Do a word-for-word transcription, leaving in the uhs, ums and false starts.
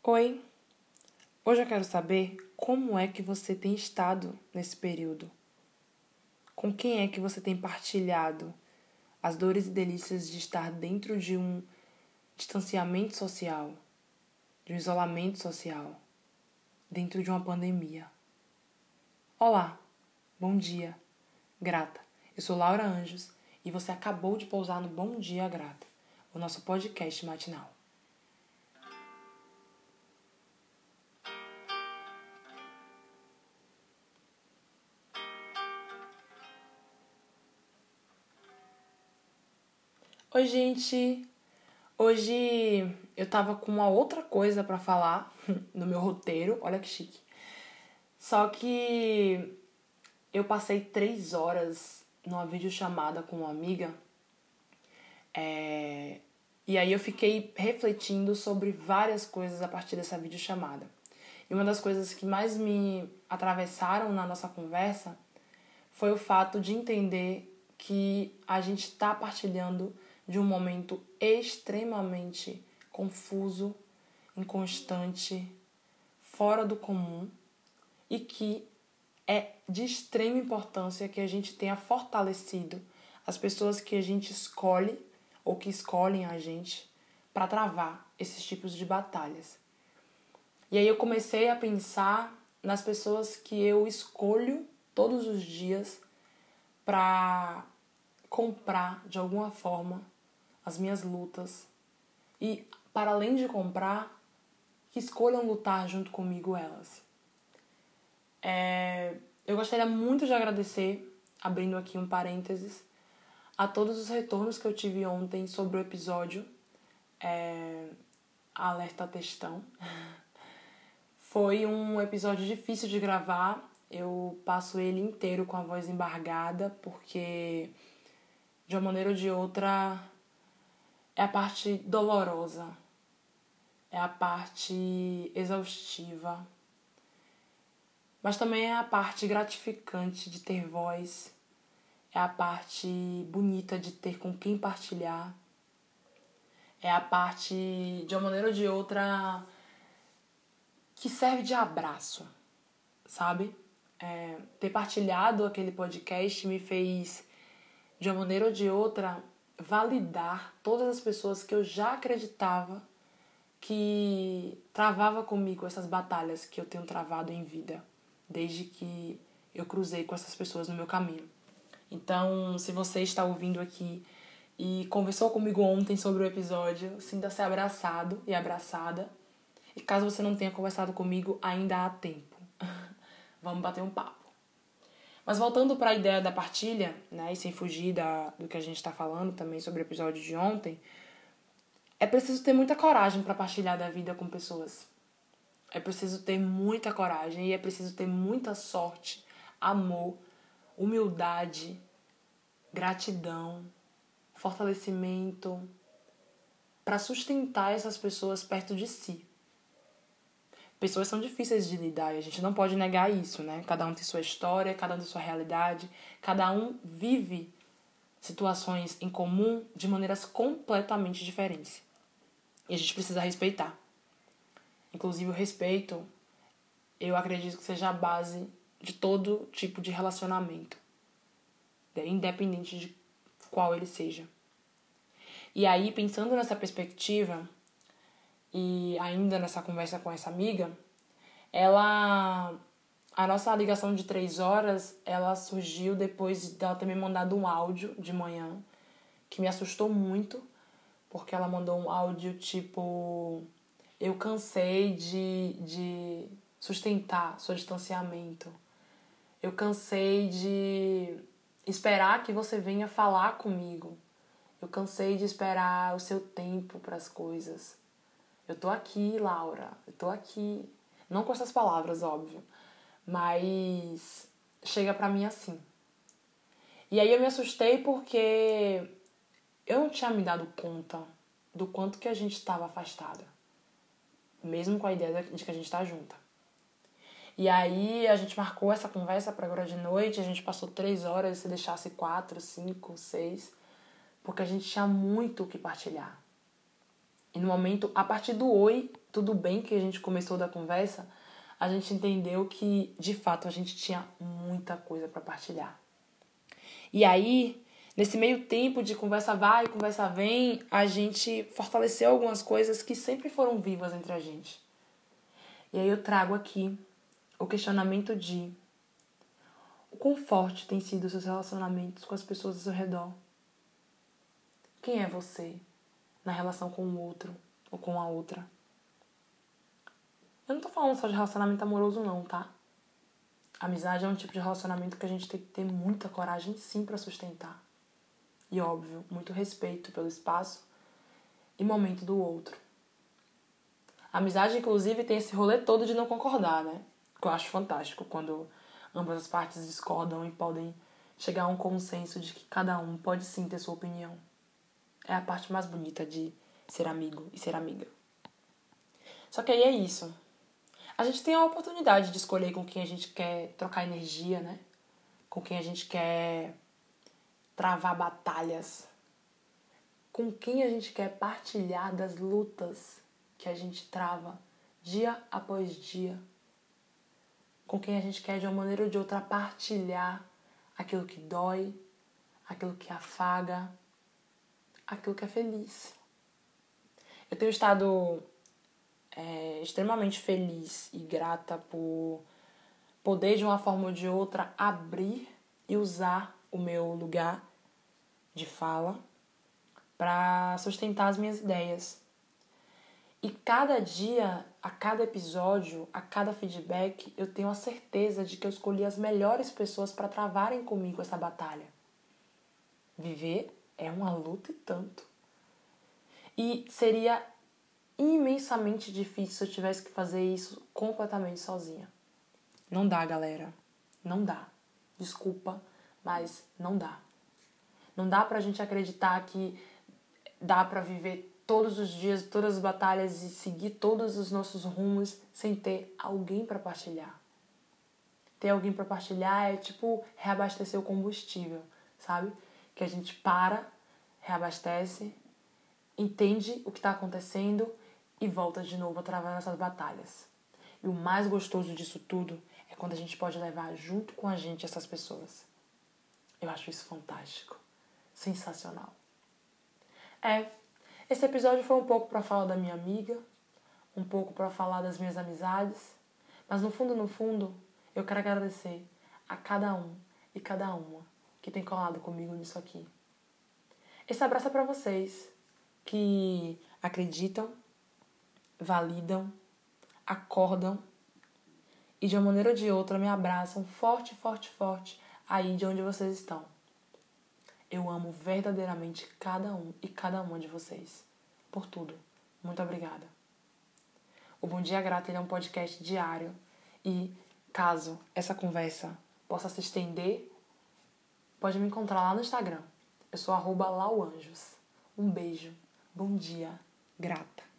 Oi, hoje eu quero saber como é que você tem estado nesse período. Com quem é que você tem partilhado as dores e delícias de estar dentro de um distanciamento social, de um isolamento social, dentro de uma pandemia. Olá, bom dia, grata. Eu sou Laura Anjos e você acabou de pousar no Bom Dia Grata, o nosso podcast matinal. Oi, gente! Hoje eu tava com uma outra coisa pra falar no meu roteiro, olha que chique. Só que eu passei três horas numa videochamada com uma amiga é... e aí eu fiquei refletindo sobre várias coisas a partir dessa videochamada. E uma das coisas que mais me atravessaram na nossa conversa foi o fato de entender que a gente está partilhando de um momento extremamente confuso, inconstante, fora do comum e que é de extrema importância que a gente tenha fortalecido as pessoas que a gente escolhe ou que escolhem a gente para travar esses tipos de batalhas. E aí eu comecei a pensar nas pessoas que eu escolho todos os dias para comprar de alguma forma as minhas lutas e, para além de comprar, que escolham lutar junto comigo elas. É, eu gostaria muito de agradecer, abrindo aqui um parênteses, a todos os retornos que eu tive ontem sobre o episódio é, Alerta Textão. Foi um episódio difícil de gravar, eu passo ele inteiro com a voz embargada, porque de uma maneira ou de outra é a parte dolorosa, é a parte exaustiva, mas também é a parte gratificante de ter voz, é a parte bonita de ter com quem partilhar, é a parte, de uma maneira ou de outra, que serve de abraço, sabe? É, ter partilhado aquele podcast me fez, de uma maneira ou de outra, validar todas as pessoas que eu já acreditava que travava comigo essas batalhas que eu tenho travado em vida, desde que eu cruzei com essas pessoas no meu caminho. Então, se você está ouvindo aqui e conversou comigo ontem sobre o episódio, sinta-se abraçado e abraçada. E caso você não tenha conversado comigo, ainda há tempo. Vamos bater um papo. Mas voltando para a ideia da partilha, né, e sem fugir da, do que a gente está falando também sobre o episódio de ontem, é preciso ter muita coragem para partilhar da vida com pessoas. É preciso ter muita coragem e é preciso ter muita sorte, amor, humildade, gratidão, fortalecimento para sustentar essas pessoas perto de si. Pessoas são difíceis de lidar e a gente não pode negar isso, né? Cada um tem sua história, cada um tem sua realidade, cada um vive situações em comum de maneiras completamente diferentes. E a gente precisa respeitar. Inclusive o respeito, eu acredito que seja a base de todo tipo de relacionamento, independente de qual ele seja. E aí, pensando nessa perspectiva, e ainda nessa conversa com essa amiga, ela... A nossa ligação de três horas, ela surgiu depois dela ter me mandado um áudio de manhã, que me assustou muito, porque ela mandou um áudio tipo... Eu cansei de, de sustentar seu distanciamento. Eu cansei de esperar que você venha falar comigo. Eu cansei de esperar o seu tempo para as coisas. Eu tô aqui, Laura. Eu tô aqui. Não com essas palavras, óbvio. Mas chega pra mim assim. E aí eu me assustei porque eu não tinha me dado conta do quanto que a gente estava afastada. Mesmo com a ideia de que a gente tá junta. E aí a gente marcou essa conversa pra agora de noite. A gente passou três horas, se deixasse quatro, cinco, seis. Porque a gente tinha muito o que partilhar. E no momento, a partir do oi, tudo bem que a gente começou da conversa, a gente entendeu que, de fato, a gente tinha muita coisa para partilhar. E aí, nesse meio tempo de conversa vai e conversa vem, a gente fortaleceu algumas coisas que sempre foram vivas entre a gente. E aí eu trago aqui o questionamento de o quão forte tem sido os seus relacionamentos com as pessoas ao seu redor. Quem é você na relação com o outro ou com a outra? Eu não tô falando só de relacionamento amoroso não, tá? Amizade é um tipo de relacionamento que a gente tem que ter muita coragem sim pra sustentar. E óbvio, muito respeito pelo espaço e momento do outro. A amizade, inclusive, tem esse rolê todo de não concordar, né? Que eu acho fantástico quando ambas as partes discordam e podem chegar a um consenso de que cada um pode sim ter sua opinião. É a parte mais bonita de ser amigo e ser amiga. Só que aí é isso. A gente tem a oportunidade de escolher com quem a gente quer trocar energia, né? Com quem a gente quer travar batalhas. Com quem a gente quer partilhar das lutas que a gente trava dia após dia. Com quem a gente quer, de uma maneira ou de outra, partilhar aquilo que dói, aquilo que afaga, aquilo que é feliz. Eu tenho estado é, extremamente feliz e grata por poder, de uma forma ou de outra, abrir e usar o meu lugar de fala para sustentar as minhas ideias. E cada dia, a cada episódio, a cada feedback, eu tenho a certeza de que eu escolhi as melhores pessoas para travarem comigo essa batalha. Viver é uma luta e tanto. E seria imensamente difícil se eu tivesse que fazer isso completamente sozinha. Não dá, galera. Não dá. Desculpa, mas não dá. Não dá pra gente acreditar que dá pra viver todos os dias, todas as batalhas e seguir todos os nossos rumos sem ter alguém pra partilhar. Ter alguém pra partilhar é tipo reabastecer o combustível, sabe? Que a gente para, reabastece, entende o que tá acontecendo e volta de novo a travar nossas batalhas. E o mais gostoso disso tudo é quando a gente pode levar junto com a gente essas pessoas. Eu acho isso fantástico. Sensacional. É, esse episódio foi um pouco para falar da minha amiga, um pouco para falar das minhas amizades, mas no fundo, no fundo, eu quero agradecer a cada um e cada uma que tem colado comigo nisso aqui. Esse abraço é para vocês que acreditam, validam, acordam e de uma maneira ou de outra me abraçam forte, forte, forte aí de onde vocês estão. Eu amo verdadeiramente cada um e cada uma de vocês. Por tudo. Muito obrigada. O Bom Dia Grata ele é um podcast diário e caso essa conversa possa se estender, pode me encontrar lá no Instagram. Eu sou arroba lauanjos. Um beijo. Bom dia. Grata.